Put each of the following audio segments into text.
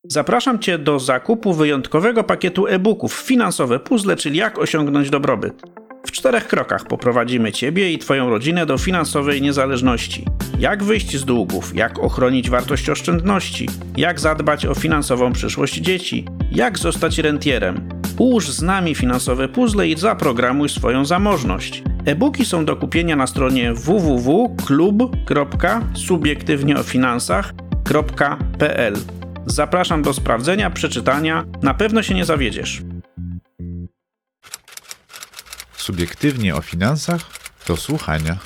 Zapraszam Cię do zakupu wyjątkowego pakietu e-booków Finansowe Puzzle, czyli jak osiągnąć dobrobyt. W 4 krokach poprowadzimy Ciebie i Twoją rodzinę do finansowej niezależności. Jak wyjść z długów, jak ochronić wartość oszczędności, jak zadbać o finansową przyszłość dzieci, jak zostać rentierem. Ułóż z nami finansowe puzzle i zaprogramuj swoją zamożność. E-booki są do kupienia na stronie www.klub.subiektywnieofinansach.pl. Zapraszam do sprawdzenia, przeczytania, na pewno się nie zawiedziesz. Subiektywnie o finansach do słuchania.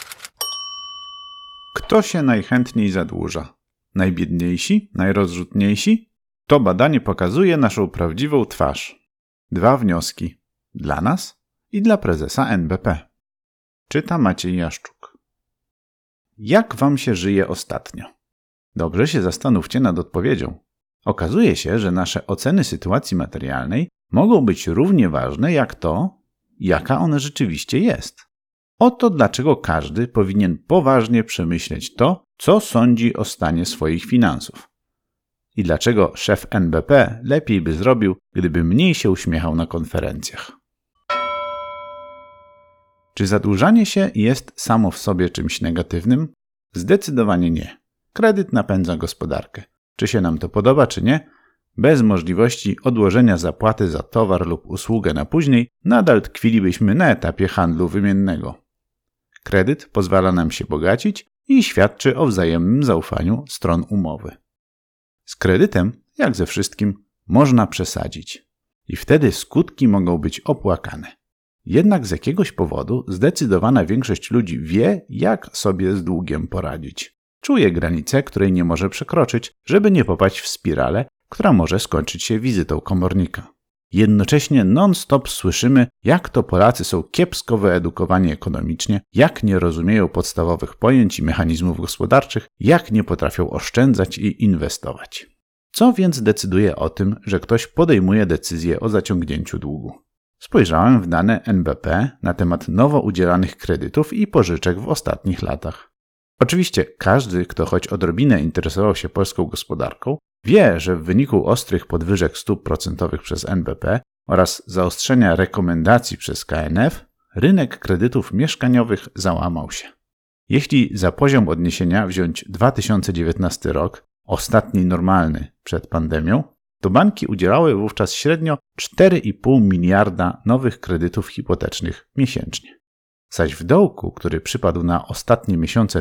Kto się najchętniej zadłuża? Najbiedniejsi? Najrozrzutniejsi? To badanie pokazuje naszą prawdziwą twarz. 2 wnioski. Dla nas i dla prezesa NBP. Czyta Maciej Jaszczuk. Jak wam się żyje ostatnio? Dobrze się zastanówcie nad odpowiedzią. Okazuje się, że nasze oceny sytuacji materialnej mogą być równie ważne jak to, jaka ona rzeczywiście jest. Oto dlaczego każdy powinien poważnie przemyśleć to, co sądzi o stanie swoich finansów. I dlaczego szef NBP lepiej by zrobił, gdyby mniej się uśmiechał na konferencjach. Czy zadłużanie się jest samo w sobie czymś negatywnym? Zdecydowanie nie. Kredyt napędza gospodarkę. Czy się nam to podoba, czy nie? Bez możliwości odłożenia zapłaty za towar lub usługę na później, nadal tkwilibyśmy na etapie handlu wymiennego. Kredyt pozwala nam się bogacić i świadczy o wzajemnym zaufaniu stron umowy. Z kredytem, jak ze wszystkim, można przesadzić. I wtedy skutki mogą być opłakane. Jednak z jakiegoś powodu zdecydowana większość ludzi wie, jak sobie z długiem poradzić. Czuje granicę, której nie może przekroczyć, żeby nie popaść w spiralę, która może skończyć się wizytą komornika. Jednocześnie non-stop słyszymy, jak to Polacy są kiepsko wyedukowani ekonomicznie, jak nie rozumieją podstawowych pojęć i mechanizmów gospodarczych, jak nie potrafią oszczędzać i inwestować. Co więc decyduje o tym, że ktoś podejmuje decyzję o zaciągnięciu długu? Spojrzałem w dane NBP na temat nowo udzielanych kredytów i pożyczek w ostatnich latach. Oczywiście każdy, kto choć odrobinę interesował się polską gospodarką, wie, że w wyniku ostrych podwyżek stóp procentowych przez NBP oraz zaostrzenia rekomendacji przez KNF, rynek kredytów mieszkaniowych załamał się. Jeśli za poziom odniesienia wziąć 2019 rok, ostatni normalny przed pandemią, to banki udzielały wówczas średnio 4,5 miliarda nowych kredytów hipotecznych miesięcznie. Zaś w dołku, który przypadł na ostatnie miesiące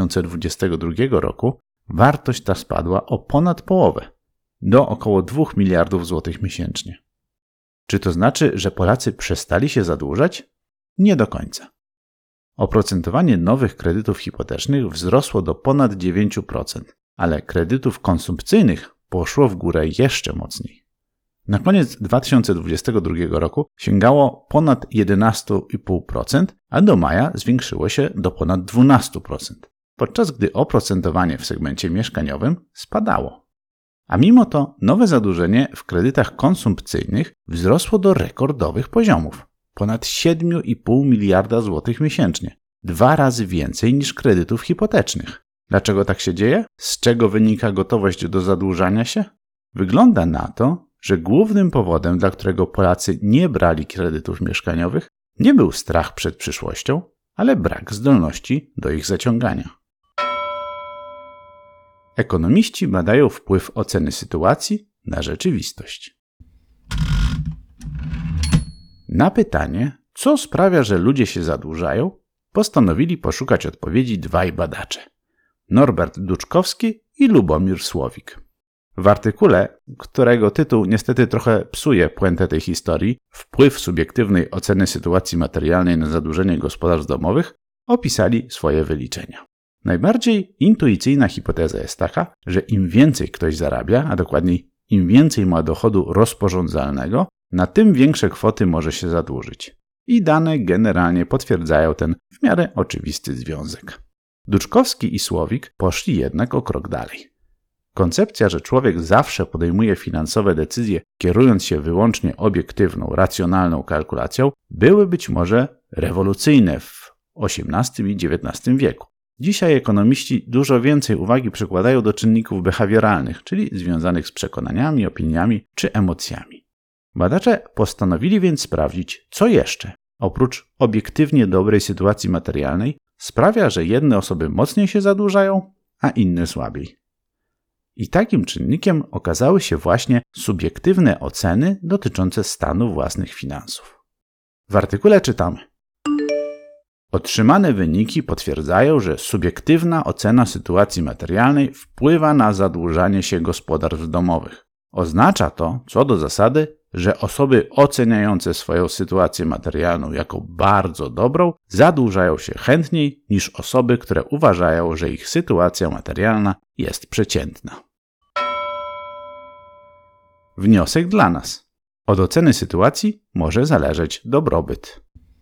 2022 roku, wartość ta spadła o ponad połowę, do około 2 miliardów złotych miesięcznie. Czy to znaczy, że Polacy przestali się zadłużać? Nie do końca. Oprocentowanie nowych kredytów hipotecznych wzrosło do ponad 9%, ale kredytów konsumpcyjnych poszło w górę jeszcze mocniej. Na koniec 2022 roku sięgało ponad 11,5%, a do maja zwiększyło się do ponad 12%, podczas gdy oprocentowanie w segmencie mieszkaniowym spadało. A mimo to nowe zadłużenie w kredytach konsumpcyjnych wzrosło do rekordowych poziomów, ponad 7,5 miliarda złotych miesięcznie, 2 razy więcej niż kredytów hipotecznych. Dlaczego tak się dzieje? Z czego wynika gotowość do zadłużania się? Wygląda na to, że głównym powodem, dla którego Polacy nie brali kredytów mieszkaniowych, nie był strach przed przyszłością, ale brak zdolności do ich zaciągania. Ekonomiści badają wpływ oceny sytuacji na rzeczywistość. Na pytanie, co sprawia, że ludzie się zadłużają, postanowili poszukać odpowiedzi 2 badacze: Norbert Duczkowski i Lubomir Słowik. W artykule, którego tytuł niestety trochę psuje puentę tej historii, wpływ subiektywnej oceny sytuacji materialnej na zadłużenie gospodarstw domowych, opisali swoje wyliczenia. Najbardziej intuicyjna hipoteza jest taka, że im więcej ktoś zarabia, a dokładniej im więcej ma dochodu rozporządzalnego, na tym większe kwoty może się zadłużyć. I dane generalnie potwierdzają ten w miarę oczywisty związek. Duczkowski i Słowik poszli jednak o krok dalej. Koncepcja, że człowiek zawsze podejmuje finansowe decyzje, kierując się wyłącznie obiektywną, racjonalną kalkulacją, były być może rewolucyjne w XVIII i XIX wieku. Dzisiaj ekonomiści dużo więcej uwagi przykładają do czynników behawioralnych, czyli związanych z przekonaniami, opiniami czy emocjami. Badacze postanowili więc sprawdzić, co jeszcze, oprócz obiektywnie dobrej sytuacji materialnej, sprawia, że jedne osoby mocniej się zadłużają, a inne słabiej. I takim czynnikiem okazały się właśnie subiektywne oceny dotyczące stanu własnych finansów. W artykule czytamy: otrzymane wyniki potwierdzają, że subiektywna ocena sytuacji materialnej wpływa na zadłużanie się gospodarstw domowych. Oznacza to, co do zasady, że osoby oceniające swoją sytuację materialną jako bardzo dobrą zadłużają się chętniej niż osoby, które uważają, że ich sytuacja materialna jest przeciętna. Wniosek dla nas. Od oceny sytuacji może zależeć dobrobyt.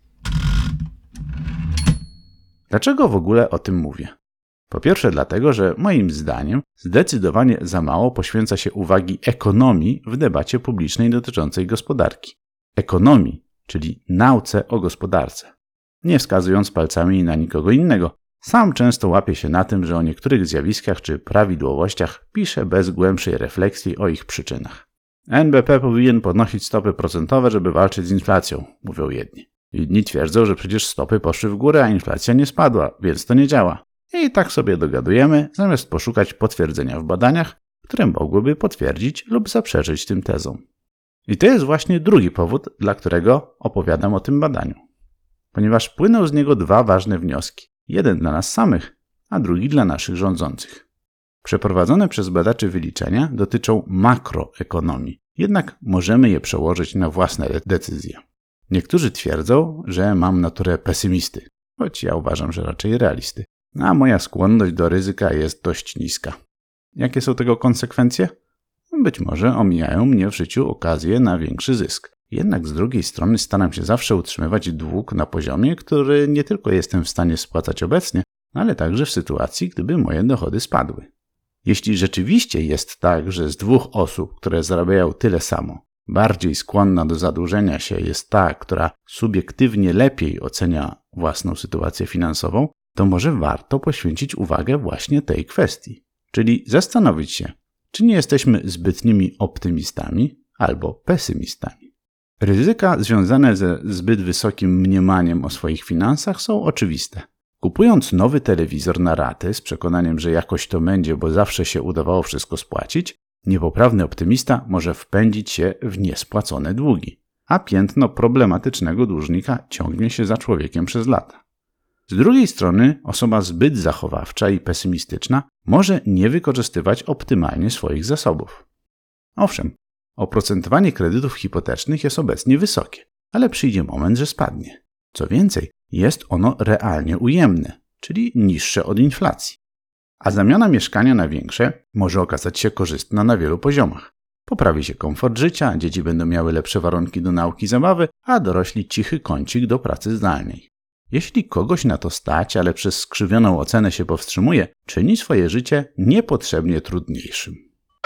Dlaczego w ogóle o tym mówię? Po pierwsze dlatego, że moim zdaniem zdecydowanie za mało poświęca się uwagi ekonomii w debacie publicznej dotyczącej gospodarki. Ekonomii, czyli nauce o gospodarce. Nie wskazując palcami na nikogo innego, sam często łapię się na tym, że o niektórych zjawiskach czy prawidłowościach piszę bez głębszej refleksji o ich przyczynach. NBP powinien podnosić stopy procentowe, żeby walczyć z inflacją, mówią jedni. Inni twierdzą, że przecież stopy poszły w górę, a inflacja nie spadła, więc to nie działa. I tak sobie dogadujemy, zamiast poszukać potwierdzenia w badaniach, które mogłyby potwierdzić lub zaprzeczyć tym tezom. I to jest właśnie drugi powód, dla którego opowiadam o tym badaniu. Ponieważ płyną z niego dwa ważne wnioski. Jeden dla nas samych, a drugi dla naszych rządzących. Przeprowadzone przez badaczy wyliczenia dotyczą makroekonomii, jednak możemy je przełożyć na własne decyzje. Niektórzy twierdzą, że mam naturę pesymisty, choć ja uważam, że raczej realisty. A moja skłonność do ryzyka jest dość niska. Jakie są tego konsekwencje? Być może omijają mnie w życiu okazje na większy zysk. Jednak z drugiej strony staram się zawsze utrzymywać dług na poziomie, który nie tylko jestem w stanie spłacać obecnie, ale także w sytuacji, gdyby moje dochody spadły. Jeśli rzeczywiście jest tak, że z dwóch osób, które zarabiają tyle samo, bardziej skłonna do zadłużenia się jest ta, która subiektywnie lepiej ocenia własną sytuację finansową, to może warto poświęcić uwagę właśnie tej kwestii. Czyli zastanowić się, czy nie jesteśmy zbytnimi optymistami albo pesymistami. Ryzyka związane ze zbyt wysokim mniemaniem o swoich finansach są oczywiste. Kupując nowy telewizor na raty z przekonaniem, że jakoś to będzie, bo zawsze się udawało wszystko spłacić, niepoprawny optymista może wpędzić się w niespłacone długi, a piętno problematycznego dłużnika ciągnie się za człowiekiem przez lata. Z drugiej strony osoba zbyt zachowawcza i pesymistyczna może nie wykorzystywać optymalnie swoich zasobów. Owszem, oprocentowanie kredytów hipotecznych jest obecnie wysokie, ale przyjdzie moment, że spadnie. Co więcej, jest ono realnie ujemne, czyli niższe od inflacji. A zamiana mieszkania na większe może okazać się korzystna na wielu poziomach. Poprawi się komfort życia, dzieci będą miały lepsze warunki do nauki i zabawy, a dorośli cichy kącik do pracy zdalnej. Jeśli kogoś na to stać, ale przez skrzywioną ocenę się powstrzymuje, czyni swoje życie niepotrzebnie trudniejszym.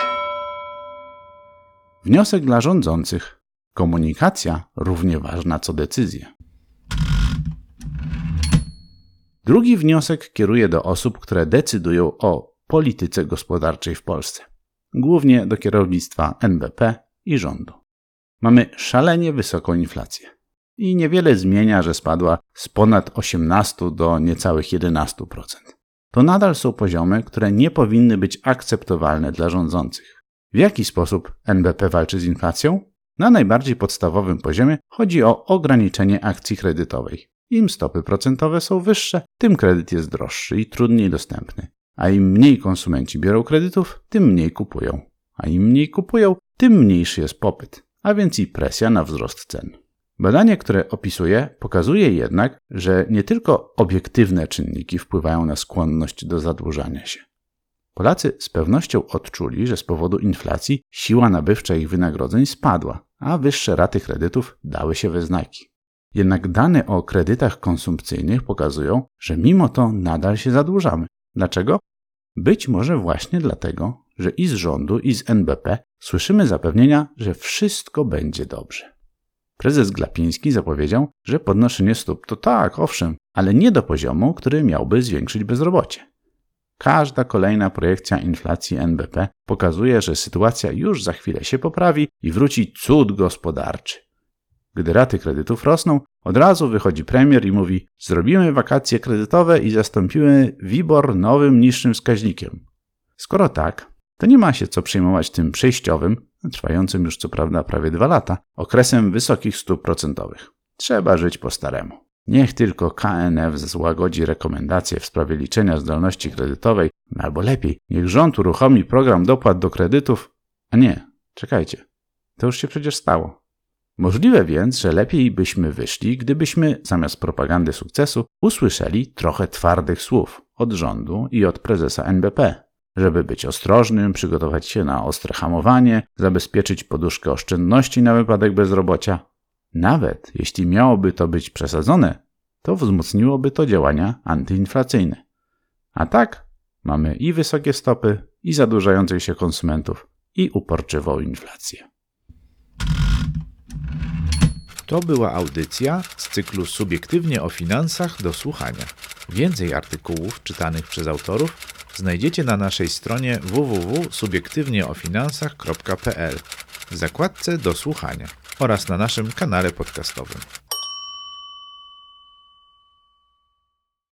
Wniosek dla rządzących. Komunikacja równie ważna co decyzje. Drugi wniosek kieruje do osób, które decydują o polityce gospodarczej w Polsce. Głównie do kierownictwa NBP i rządu. Mamy szalenie wysoką inflację. I niewiele zmienia, że spadła z ponad 18 do niecałych 11%. To nadal są poziomy, które nie powinny być akceptowalne dla rządzących. W jaki sposób NBP walczy z inflacją? Na najbardziej podstawowym poziomie chodzi o ograniczenie akcji kredytowej. Im stopy procentowe są wyższe, tym kredyt jest droższy i trudniej dostępny. A im mniej konsumenci biorą kredytów, tym mniej kupują. A im mniej kupują, tym mniejszy jest popyt, a więc i presja na wzrost cen. Badanie, które opisuję, pokazuje jednak, że nie tylko obiektywne czynniki wpływają na skłonność do zadłużania się. Polacy z pewnością odczuli, że z powodu inflacji siła nabywcza ich wynagrodzeń spadła, a wyższe raty kredytów dały się we znaki. Jednak dane o kredytach konsumpcyjnych pokazują, że mimo to nadal się zadłużamy. Dlaczego? Być może właśnie dlatego, że i z rządu, i z NBP słyszymy zapewnienia, że wszystko będzie dobrze. Prezes Glapiński zapowiedział, że podnoszenie stóp to tak, owszem, ale nie do poziomu, który miałby zwiększyć bezrobocie. Każda kolejna projekcja inflacji NBP pokazuje, że sytuacja już za chwilę się poprawi i wróci cud gospodarczy. Gdy raty kredytów rosną, od razu wychodzi premier i mówi: zrobimy wakacje kredytowe i zastąpimy WIBOR nowym, niższym wskaźnikiem. Skoro tak, to nie ma się co przejmować tym przejściowym, trwającym już co prawda prawie 2 lata, okresem wysokich stóp procentowych. Trzeba żyć po staremu. Niech tylko KNF złagodzi rekomendacje w sprawie liczenia zdolności kredytowej, albo lepiej, niech rząd uruchomi program dopłat do kredytów. A nie, czekajcie, to już się przecież stało. Możliwe więc, że lepiej byśmy wyszli, gdybyśmy zamiast propagandy sukcesu usłyszeli trochę twardych słów od rządu i od prezesa NBP. Żeby być ostrożnym, przygotować się na ostre hamowanie, zabezpieczyć poduszkę oszczędności na wypadek bezrobocia. Nawet jeśli miałoby to być przesadzone, to wzmocniłoby to działania antyinflacyjne. A tak mamy i wysokie stopy, i zadłużających się konsumentów, i uporczywą inflację. To była audycja z cyklu Subiektywnie o finansach do słuchania. Więcej artykułów czytanych przez autorów znajdziecie na naszej stronie www.subiektywnieofinansach.pl w zakładce do słuchania oraz na naszym kanale podcastowym.